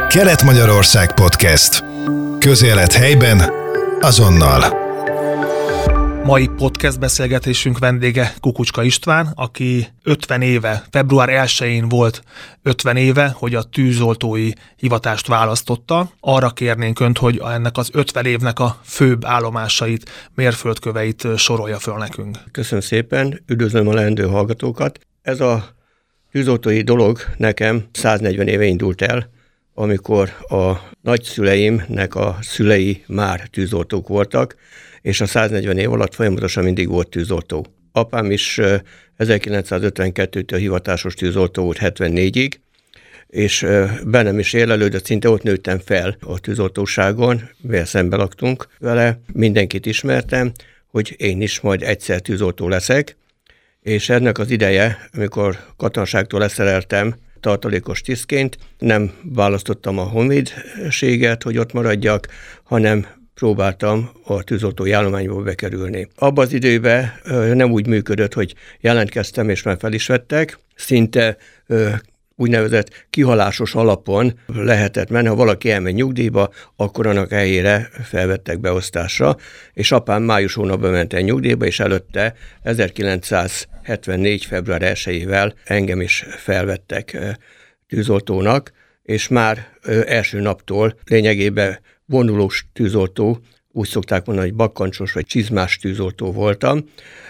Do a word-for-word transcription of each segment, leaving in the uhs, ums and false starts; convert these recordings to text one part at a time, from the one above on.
Kelet-Magyarország Podcast. Közélet helyben, azonnal. Mai podcast beszélgetésünk vendége Kukucska István, aki ötven éve, február elsején volt ötven éve, hogy a tűzoltói hivatást választotta. Arra kérnénk Önt, hogy ennek az ötven évnek a főbb állomásait, mérföldköveit sorolja föl nekünk. Köszönöm szépen, üdvözlöm a leendő hallgatókat. Ez a tűzoltói dolog nekem száznegyven éve indult el, amikor a nagyszüleimnek a szülei már tűzoltók voltak, és a száznegyven év alatt folyamatosan mindig volt tűzoltó. Apám is ezerkilencszázötvenkettőtől hivatásos tűzoltó volt hetvennégyig, és bennem is érlelődött, szinte ott nőttem fel a tűzoltóságon, mivel szembe laktunk vele, mindenkit ismertem, hogy én is majd egyszer tűzoltó leszek, és ennek az ideje, amikor katonaságtól leszereltem tartalékos tisztként, nem választottam a honvédséget, hogy ott maradjak, hanem próbáltam a tűzoltói állományba bekerülni. Abban az időben nem úgy működött, hogy jelentkeztem és már fel is vettek, szinte úgynevezett kihalásos alapon lehetett menni, ha valaki elmegy nyugdíjba, akkor annak helyére felvettek beosztásra, és apám május hónapban ment el nyugdíjba, és előtte ezerkilencszázhetvennégy. február elsejével engem is felvettek tűzoltónak, és már első naptól lényegében vonulós tűzoltó, úgy szokták mondani, hogy bakkancsos vagy csizmás tűzoltó voltam,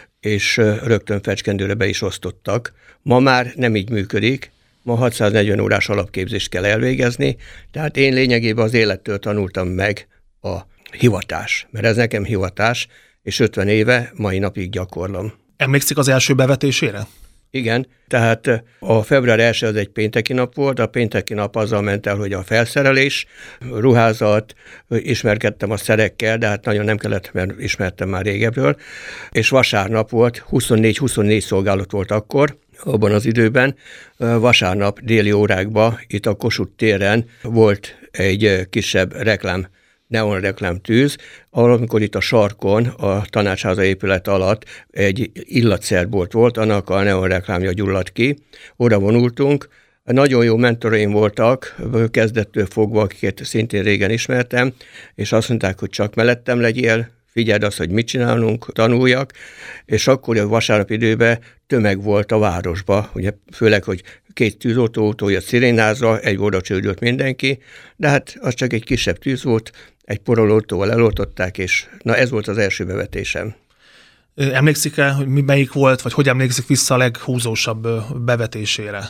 és rögtön fecskendőre be is osztottak. Ma már nem így működik, ma hatszáznegyven órás alapképzést kell elvégezni, tehát én lényegében az élettől tanultam meg a hivatás, mert ez nekem hivatás, és ötven éve mai napig gyakorlom. Emlékszik az első bevetésére? Igen, tehát a február első az egy pénteki nap volt, a pénteki nap azzal ment el, hogy a felszerelés, ruházat, ismerkedtem a szerekkel, de hát nagyon nem kellett, mert ismertem már régebről, és vasárnap volt, huszonnégy huszonnégy szolgálat volt akkor, abban az időben, vasárnap déli órákban itt a Kossuth téren volt egy kisebb reklám, neonreklám tűz, ahol amikor itt a sarkon, a tanácsháza épület alatt egy illatszerbolt volt, annak a neonreklámja gyulladt ki. Oda vonultunk, nagyon jó mentoraim voltak, kezdettől fogva, akiket szintén régen ismertem, és azt mondták, hogy csak mellettem legyél, figyeld azt, hogy mit csinálunk, tanuljak, és akkor a vasárnap időben tömeg volt a városba, ugye főleg, hogy két tűzoltó jött szirénázva, egy óra csődült mindenki, de hát az csak egy kisebb tűz volt, egy porolótóval eloltották, és na ez volt az első bevetésem. Emlékszik-e, hogy mi melyik volt, vagy hogy emlékszik vissza a leghúzósabb bevetésére?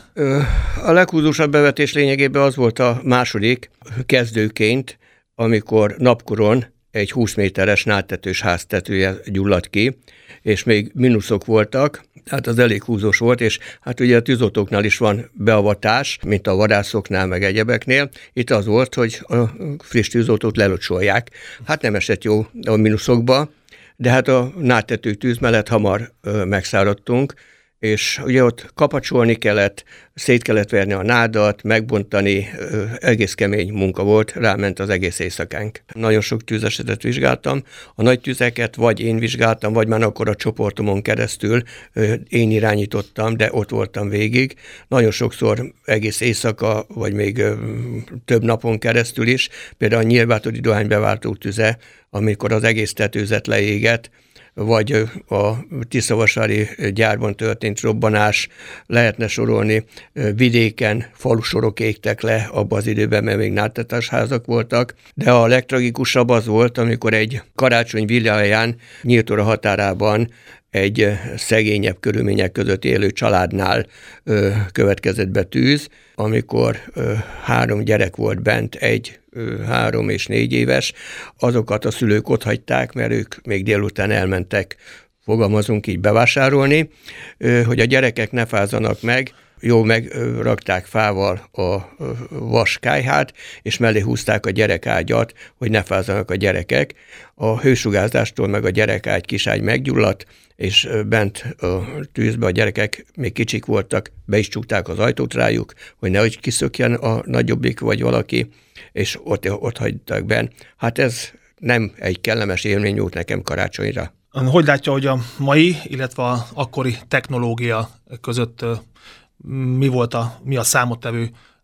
A leghúzósabb bevetés lényegében az volt a második kezdőként, amikor napkoron egy húsz méteres nádtetős háztetője gyulladt ki, és még mínuszok voltak, hát az elég húzós volt, és hát ugye a tűzoltóknál is van beavatás, mint a vadászoknál, meg egyebeknél. Itt az volt, hogy a friss tűzoltót lelocsolják. Hát nem esett jó a mínuszokba, de hát a nádtető tűz mellett hamar ö, megszáradtunk, és ugye ott kapacsolni kellett, szét kellett verni a nádat, megbontani, egész kemény munka volt, ráment az egész éjszakánk. Nagyon sok tűzesetet vizsgáltam, a nagy tüzeket vagy én vizsgáltam, vagy már akkor a csoportomon keresztül én irányítottam, de ott voltam végig. Nagyon sokszor egész éjszaka, vagy még több napon keresztül is, például a nyírbátori dohánybeváltó tüze, amikor az egész tetőzet leégett, vagy a tiszavasári gyárban történt robbanás, lehetne sorolni, vidéken falusorok égtek le abban az időben, mert még nádtetásházak voltak, de a legtragikusabb az volt, amikor egy karácsony villáján Nyíltóra határában egy szegényebb körülmények között élő családnál ö, következett be tűz, amikor ö, három gyerek volt bent, egy ö, három és négy éves, azokat a szülők otthagyták, mert ők még délután elmentek, fogalmazunk így, bevásárolni, ö, hogy a gyerekek ne fázzanak meg. Jól megrakták fával a vas kályhát, és mellé húzták a gyerekágyat, hogy ne fázzanak a gyerekek. A hősugárzástól meg a gyerekágy kiságy meggyulladt, és bent a tűzbe a gyerekek még kicsik voltak, be is csukták az ajtót rájuk, hogy nehogy kiszökjen a nagyobbik vagy valaki, és ott, ott hagyták benn. Hát ez nem egy kellemes élmény volt nekem karácsonyra. Hogy látja, hogy a mai, illetve a akkori technológia között mi volt a, mi a számottevő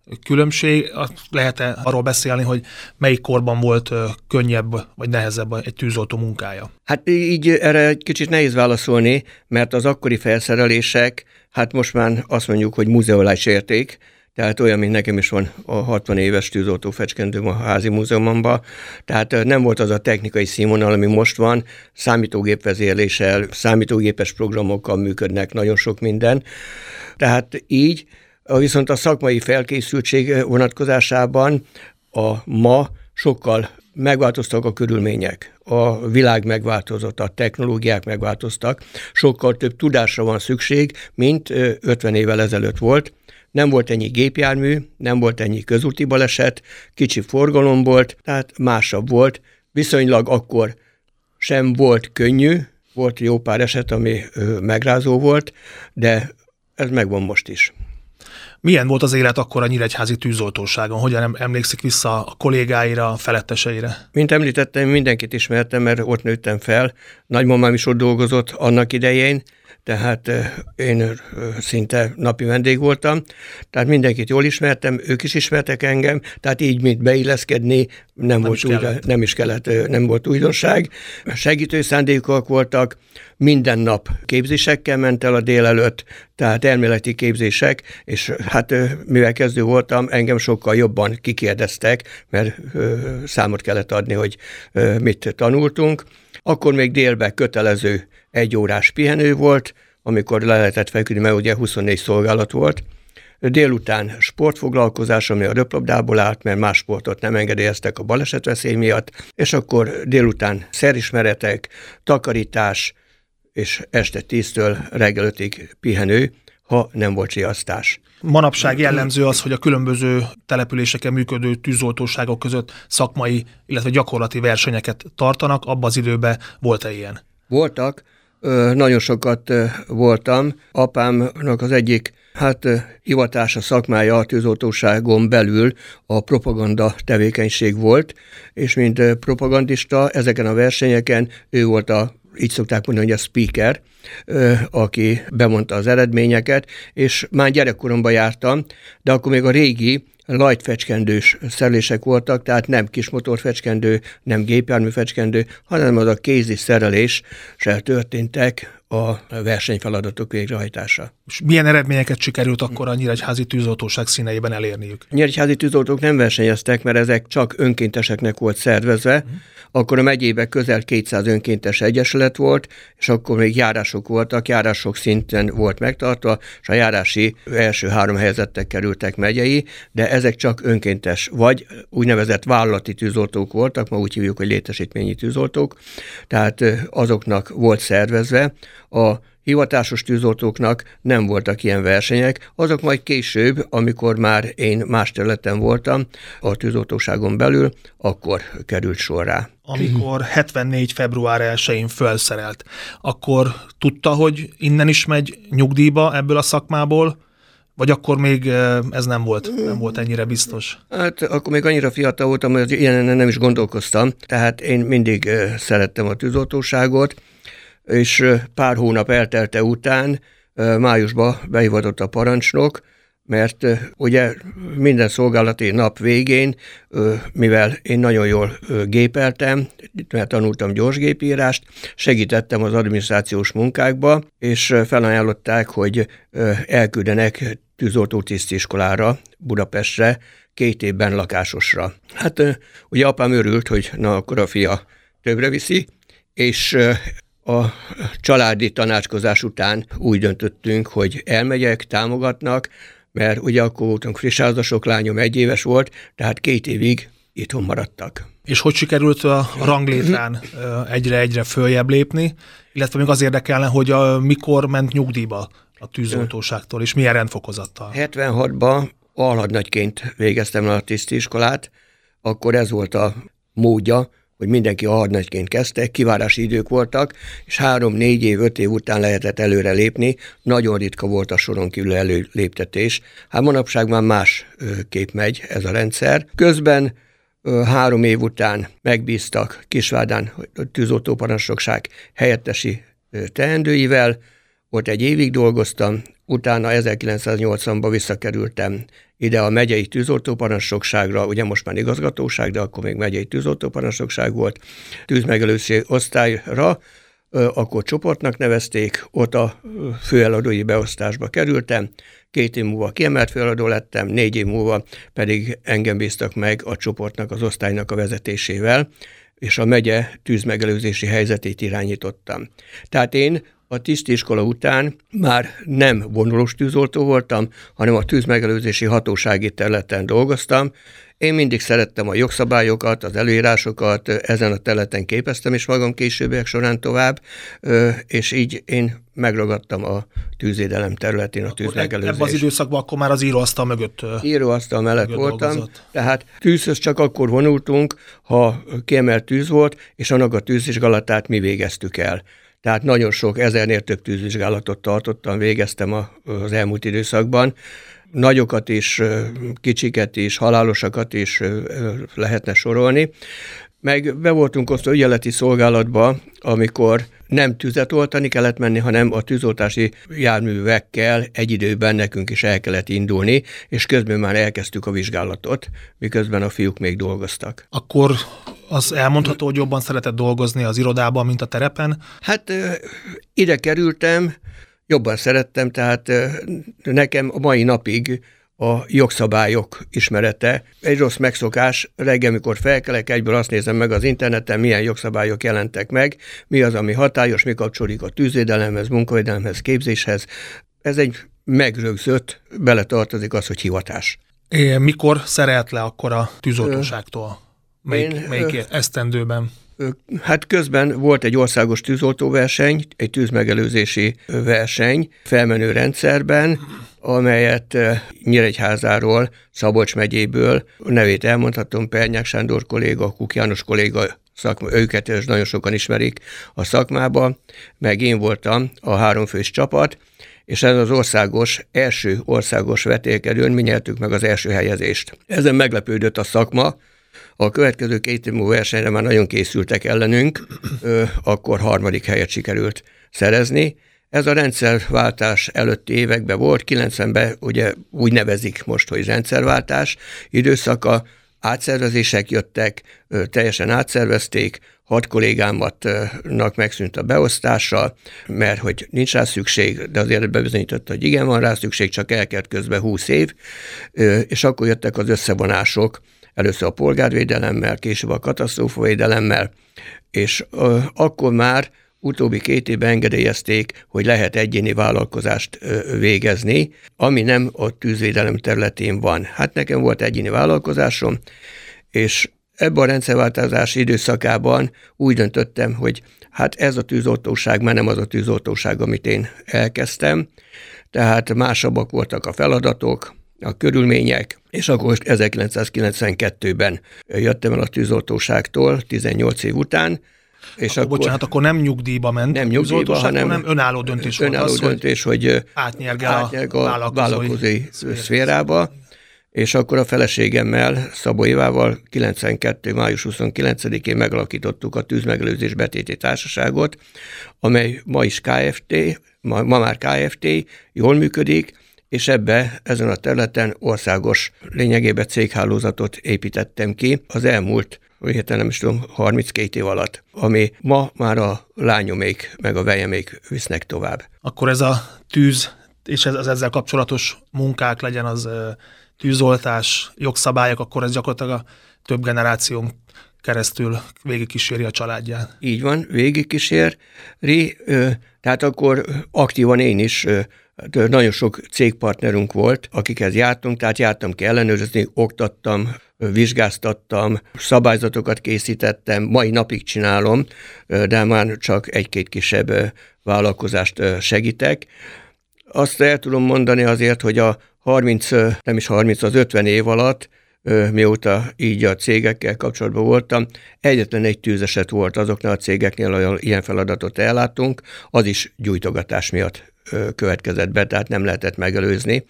különbség? Lehet-e arról beszélni, hogy melyik korban volt könnyebb vagy nehezebb egy tűzoltó munkája? Hát így erre egy kicsit nehéz válaszolni, mert az akkori felszerelések, hát most már azt mondjuk, hogy múzeolás érték, tehát olyan, mint nekem is van a hatvan éves tűzoltó fecskendőm a házi múzeumomban. Tehát nem volt az a technikai színvonal, ami most van, számítógépvezérléssel, számítógépes programokkal működnek nagyon sok minden. Tehát így, viszont a szakmai felkészültség vonatkozásában a ma sokkal megváltoztak a körülmények, a világ megváltozott, a technológiák megváltoztak, sokkal több tudásra van szükség, mint ötven évvel ezelőtt volt. Nem volt ennyi gépjármű, nem volt ennyi közúti baleset, kicsi forgalom volt, tehát másabb volt. Viszonylag akkor sem volt könnyű, volt jó pár eset, ami megrázó volt, de ez megvan most is. Milyen volt az élet akkor a nyíregyházi tűzoltóságon? Hogyan emlékszik vissza a kollégáira, a feletteseire? Mint említettem, mindenkit ismertem, mert ott nőttem fel. Nagymamám is ott dolgozott annak idején, tehát én szinte napi vendég voltam, tehát mindenkit jól ismertem, ők is ismertek engem, tehát így, mint beilleszkedni, nem, nem, volt, is újra, nem is kellett, nem volt újdonság. Segítő szándékok voltak, minden nap képzésekkel ment el a délelőtt, tehát elméleti képzések, és hát mivel kezdő voltam, engem sokkal jobban kikérdeztek, mert számot kellett adni, hogy mit tanultunk. Akkor még délben kötelező egy órás pihenő volt, amikor le lehetett feküdni, mert ugye huszonnégy szolgálat volt. Délután sportfoglalkozás, ami a röplabdából állt, mert más sportot nem engedélyeztek a balesetveszély miatt, és akkor délután szerismeretek, takarítás, és este tíztől reggel ötig pihenő, ha nem volt riasztás. Manapság jellemző az, hogy a különböző településeken működő tűzoltóságok között szakmai, illetve gyakorlati versenyeket tartanak. Abban az időben volt-e ilyen? Voltak, nagyon sokat voltam. Apámnak az egyik hát hivatása, szakmája a tűzoltóságon belül a propaganda tevékenység volt, és mint propagandista ezeken a versenyeken ő volt a, így szokták mondani, hogy a speaker, aki bemondta az eredményeket, és már gyerekkoromban jártam, de akkor még a régi light fecskendős szerelések voltak, tehát nem kis motorfecskendő, nem gépjármű fecskendő, hanem az a kézi szereléssel történtek a versenyfeladatok végrehajtása. És milyen eredményeket sikerült akkor a nyíregyházi tűzoltóság színeiben elérniük? A nyíregyházi tűzoltók nem versenyeztek, mert ezek csak önkénteseknek volt szervezve. Mm. Akkor a megyében közel kétszáz önkéntes egyesület volt, és akkor még járások voltak, járások szinten volt megtartva, és a járási első három helyezettek kerültek megyei, de ezek csak önkéntes, vagy úgynevezett vállalati tűzoltók voltak, ma úgy hívjuk, hogy létesítményi tűzoltók, tehát azoknak volt szervezve. A hivatásos tűzoltóknak nem voltak ilyen versenyek, azok majd később, amikor már én más területen voltam a tűzoltóságon belül, akkor került sor rá. Amikor hetvennégy február elsején felszerelt, akkor tudta, hogy innen is megy nyugdíjba ebből a szakmából, vagy akkor még ez nem volt, nem volt ennyire biztos? Hát akkor még annyira fiatal voltam, hogy ilyen nem is gondolkoztam, tehát én mindig szerettem a tűzoltóságot, és pár hónap eltelte után májusban behivatott a parancsnok, mert ugye minden szolgálati nap végén, mivel én nagyon jól gépeltem, mert tanultam gyorsgépírást, segítettem az adminisztrációs munkákba, és felajánlották, hogy elküldenek tűzoltó tisztiskolára, Budapestre, két évben lakásosra. Hát ugye apám örült, hogy na akkor a fia többre viszi, és a családi tanácskozás után úgy döntöttünk, hogy elmegyek, támogatnak, mert ugye akkor voltunk frissházasok, lányom egy éves volt, tehát két évig itthon maradtak. És hogy sikerült a ranglétrán egyre-egyre följebb lépni, illetve még az érdekelne, hogy a, mikor ment nyugdíjba a tűzoltóságtól, és milyen rendfokozattal? hetvenhatban alhadnagyként végeztem el a tisztiskolát, akkor ez volt a módja, hogy mindenki alhadnagyként kezdte, kivárási idők voltak, és három, négy év, öt év után lehetett előre lépni, nagyon ritka volt a soron kívül előléptetés. Hát manapság már más kép megy ez a rendszer. Közben három év után megbíztak Kisvádán a tűzoltóparancsnokság helyettesi teendőivel, ott egy évig dolgoztam, utána ezerkilencszáznyolcvanban visszakerültem ide a megyei tűzoltóparancsnokságra, ugye most már igazgatóság, de akkor még megyei tűzoltóparancsnokság volt, tűzmegelőzési osztályra, akkor csoportnak nevezték, ott a főeladói beosztásba kerültem, két év múlva kiemelt főeladó lettem, négy év múlva pedig engem bíztak meg a csoportnak, az osztálynak a vezetésével, és a megye tűzmegelőzési helyzetét irányítottam. Tehát én a tisztiskola után már nem vonulós tűzoltó voltam, hanem a tűzmegelőzési hatósági területen dolgoztam. Én mindig szerettem a jogszabályokat, az előírásokat, ezen a területen képeztem is magam későbbiek során tovább, és így én megragadtam a tűzvédelem területén a tűzmegelőzést. Ebben az időszakban akkor már az íróasztal mögött Íróasztal mellett mögött voltam, dolgozott. Tehát tűzhöz csak akkor vonultunk, ha kiemelt tűz volt, és annak a tűzvizsgálatát mi végeztük el. Tehát nagyon sok, ezernél több tűzvizsgálatot tartottam, végeztem az elmúlt időszakban. Nagyokat is, kicsiket is, halálosakat is lehetne sorolni. Meg be voltunk osztva ügyeleti szolgálatba, amikor nem tüzet oltani kellett menni, hanem a tűzoltási járművekkel egy időben nekünk is el kellett indulni, és közben már elkezdtük a vizsgálatot, miközben a fiúk még dolgoztak. Akkor az elmondható, hogy jobban szeretett dolgozni az irodában, mint a terepen? Hát ide kerültem, jobban szerettem, tehát nekem a mai napig a jogszabályok ismerete. Egy rossz megszokás, reggel, mikor felkelek, egyből azt nézem meg az interneten, milyen jogszabályok jelentek meg, mi az, ami hatályos, mi kapcsolódik a tűzvédelemhez, munkavédelemhez, képzéshez. Ez egy megrögzött, beletartozik az, hogy hivatás. É, mikor szerelt le akkor a tűzoltóságtól? Melyik, Én, melyik esztendőben? Hát közben volt egy országos tűzoltóverseny, egy tűzmegelőzési verseny felmenő rendszerben, amelyet Nyíregyházáról, Szabolcs megyéből, a nevét elmondhatom, Pernyák Sándor kolléga, Kuk János kolléga, szakma, őket is nagyon sokan ismerik a szakmába, meg én voltam a háromfős csapat, és ez az országos, első országos vetélkedőn mi nyertük meg az első helyezést. Ezen meglepődött a szakma. A következő két év versenyre már nagyon készültek ellenünk, akkor harmadik helyet sikerült szerezni. Ez a rendszerváltás előtti években volt, kilencvenben ugye úgy nevezik most, hogy rendszerváltás időszaka, átszervezések jöttek, teljesen átszervezték, hat kollégámatnak megszűnt a beosztása, mert hogy nincs rá szükség, de azért bebizonyította, hogy igen, van rá szükség, csak elkelt közben húsz év, és akkor jöttek az összevonások, először a polgárvédelemmel, később a katasztrófavédelemmel, és uh, akkor már utóbbi két évben engedélyezték, hogy lehet egyéni vállalkozást uh, végezni, ami nem a tűzvédelem területén van. Hát nekem volt egyéni vállalkozásom, és ebben a rendszerváltozás időszakában úgy döntöttem, hogy hát ez a tűzoltóság már nem az a tűzoltóság, amit én elkezdtem, tehát másabbak voltak a feladatok, a körülmények, és akkor ezerkilencszázkilencvenkettőben jöttem el a tűzoltóságtól, tizennyolc év után. És akkor, akkor, bocsánat, akkor nem nyugdíjba ment, nem nyugdíjba, hanem, hanem önálló döntés önálló volt az, döntés, hogy, hogy átnyergel, átnyerg a, a vállalkozói szférába. szférába, és akkor a feleségemmel, Szabó Évával kilencvenkettő május huszonkilencedikén megalakítottuk a Tűzmegelőzés Betéti Társaságot, amely ma is Kft., ma, ma már Kft., jól működik, és ebbe, ezen a területen országos lényegében céghálózatot építettem ki az elmúlt, hogy nem is tudom, harminckét év alatt, ami ma már a lányomék meg a vejemék visznek tovább. Akkor ez a tűz és ez, az ezzel kapcsolatos munkák, legyen az tűzoltás, jogszabályok, akkor ez gyakorlatilag a több generáción keresztül végigkíséri a családját. Így van, végigkíséri, tehát akkor aktívan én is, nagyon sok cégpartnerünk volt, akikhez jártunk, tehát jártam ki ellenőrizni, oktattam, vizsgáztattam, szabályzatokat készítettem, mai napig csinálom, de már csak egy-két kisebb vállalkozást segítek. Azt el tudom mondani azért, hogy a harminc, nem is harminc, az ötven év alatt, mióta így a cégekkel kapcsolatban voltam, egyetlen egy tűzeset volt azoknál a cégeknél, ahol ilyen feladatot ellátunk, az is gyújtogatás miatt következett be, tehát nem lehetett megelőzni.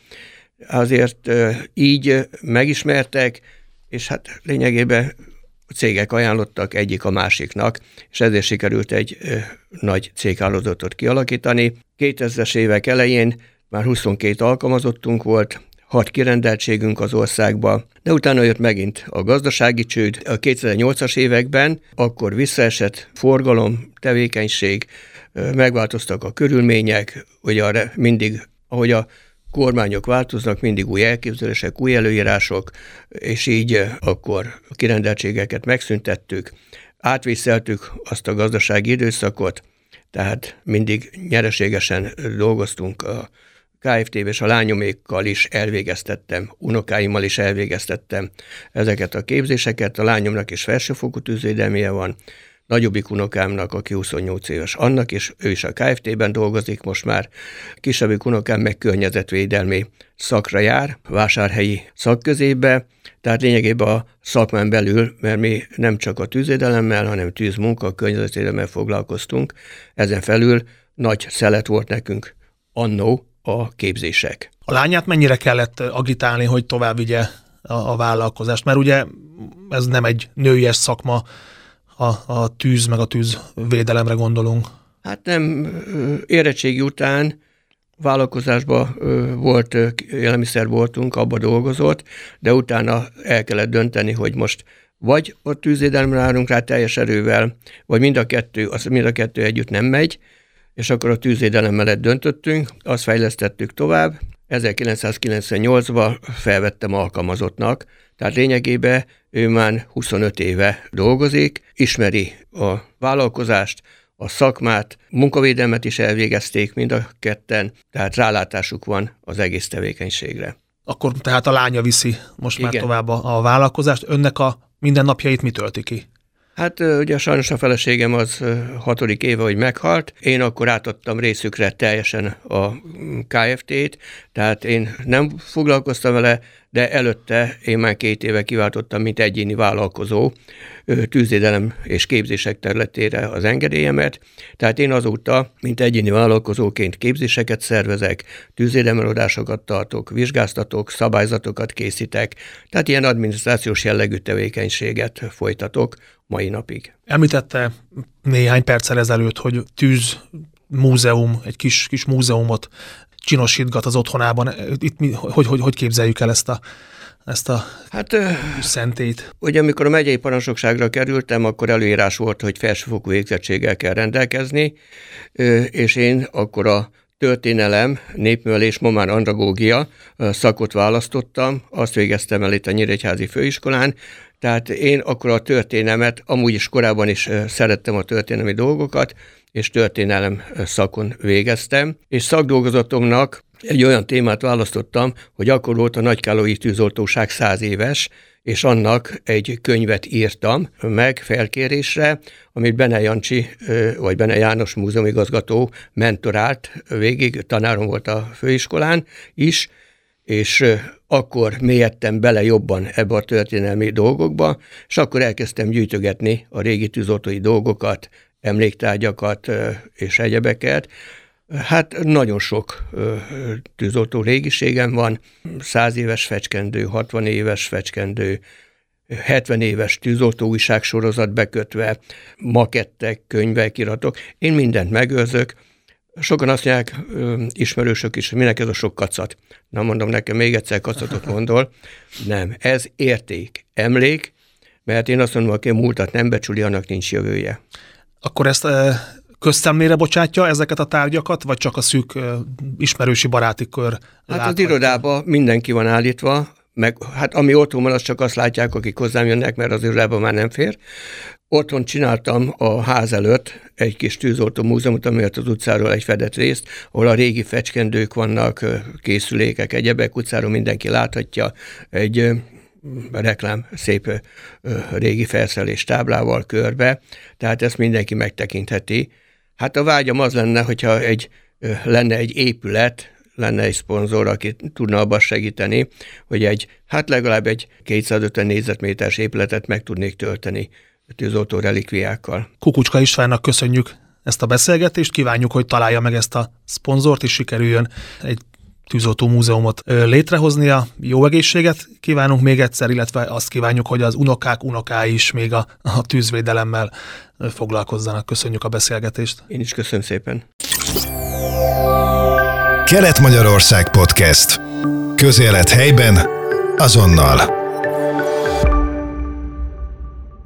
Azért így megismertek, és hát lényegében a cégek ajánlottak egyik a másiknak, és ezért sikerült egy nagy céghálózatot kialakítani. kétezres évek elején már huszonkét alkalmazottunk volt, hat kirendeltségünk az országba, de utána jött megint a gazdasági csőd. A kétezer-nyolcas években akkor visszaesett forgalom, tevékenység, megváltoztak a körülmények, ugye mindig, ahogy a kormányok változnak, mindig új elképzelések, új előírások, és így akkor a kirendeltségeket megszüntettük, átvészeltük azt a gazdasági időszakot, tehát mindig nyereségesen dolgoztunk a ká ef té-be, és a lányomékkal is elvégeztettem, unokáimmal is elvégeztettem ezeket a képzéseket. A lányomnak is felsőfokú tűzvédelmije van, nagyobbik unokámnak, aki huszonnyolc éves, annak is, ő is a ká ef té-ben dolgozik most már, kisebbik unokám meg környezetvédelmi szakra jár, vásárhelyi szakközébe, tehát lényegében a szakmán belül, mert mi nem csak a tűzvédelemmel, hanem tűzmunka, környezetvédelemmel foglalkoztunk, ezen felül nagy szelet volt nekünk annó a képzések. A lányát mennyire kellett agitálni, hogy tovább vigye a, a vállalkozást? Mert ugye ez nem egy nőies szakma, a, a tűz meg a tűzvédelemre gondolunk. Hát nem, érettségi után vállalkozásban volt, élelmiszerboltunk, abba dolgozott, de utána el kellett dönteni, hogy most vagy a tűzvédelemre állunk rá teljes erővel, vagy mind a kettő, az mind a kettő együtt nem megy, és akkor a tűzvédelem mellett döntöttünk, azt fejlesztettük tovább. ezerkilencszázkilencvennyolcban felvettem alkalmazottnak, tehát lényegében ő már huszonöt éve dolgozik, ismeri a vállalkozást, a szakmát, munkavédelmet is elvégezték mind a ketten, tehát rálátásuk van az egész tevékenységre. Akkor tehát a lánya viszi most Igen. már tovább a, a vállalkozást. Önnek a mindennapjait mi tölti ki? Hát ugye sajnos a feleségem az hatodik éve, hogy meghalt. Én akkor átadtam részükre teljesen a ká ef té-t, tehát én nem foglalkoztam vele, de előtte én már két éve kiváltottam, mint egyéni vállalkozó tűzvédelem és képzések területére az engedélyemet. Tehát én azóta, mint egyéni vállalkozóként képzéseket szervezek, tűzvédelmi előadásokat tartok, vizsgáztatok, szabályzatokat készítek, tehát ilyen adminisztrációs jellegű tevékenységet folytatok mai napig. Említette néhány perccel ezelőtt, hogy tűzmúzeum, egy kis, kis múzeumot csinosítgat az otthonában. Itt mi, hogy, hogy, hogy képzeljük el ezt a, ezt a hát, szentét? Ugye amikor a megyei parancsnokságra kerültem, akkor előírás volt, hogy felsőfokú végzettséggel kell rendelkezni, és én akkor a történelem, népművelés, ma már andragógia szakot választottam, azt végeztem el itt a Nyíregyházi Főiskolán, tehát én akkor a történelmet, amúgy is korábban is szerettem a történelmi dolgokat, és történelem szakon végeztem, és szakdolgozatomnak egy olyan témát választottam, hogy akkor volt a nagykállói tűzoltóság száz éves, és annak egy könyvet írtam meg felkérésre, amit Bene Jancsi, vagy Bene János múzeumigazgató mentorált végig, tanárom volt a főiskolán is, és akkor mélyedtem bele jobban ebbe a történelmi dolgokba, és akkor elkezdtem gyűjtögetni a régi tűzoltói dolgokat, emléktárgyakat és egyebeket. Hát nagyon sok tűzoltó régiségem van, száz éves fecskendő, hatvan éves fecskendő, hetven éves tűzoltó újságsorozat bekötve, makettek, könyvek, iratok. Én mindent megőrzök. Sokan azt mondják, ismerősök is, minek ez a sok kacat. Na mondom, nekem még egyszer kacatot mondol. Nem, ez érték, emlék, mert én azt mondom, aki a múltat nem becsüli, annak nincs jövője. Akkor ezt közszemlére bocsátja ezeket a tárgyakat, vagy csak a szűk ismerősi baráti kör Hát láthatja? az irodában mindenki van állítva, meg hát ami otthon van, az csak azt látják, akik hozzám jönnek, mert az irodában már nem fér. Otthon csináltam a ház előtt egy kis tűzoltó múzeumot, amelyet az utcáról egy fedett részt, ahol a régi fecskendők vannak, készülékek, egyebek, utcáról mindenki láthatja, egy reklám szép régi felszerelés táblával körbe, tehát ezt mindenki megtekintheti. Hát a vágyam az lenne, hogyha egy, lenne egy épület, lenne egy szponzor, aki tudna abban segíteni, hogy egy, hát legalább egy kétszázötven négyzetméteres épületet meg tudnék tölteni tűzoltó relikviákkal. Kukucska Istvánnak köszönjük ezt a beszélgetést, kívánjuk, hogy találja meg ezt a szponzort, és sikerüljön egy tűzoltó múzeumot létrehoznia. Jó egészséget kívánunk még egyszer, illetve azt kívánjuk, hogy az unokák unokái is még a, a tűzvédelemmel foglalkozzanak. Köszönjük a beszélgetést. Én is köszönöm szépen. Kelet-Magyarország Podcast. Közélet helyben, azonnal.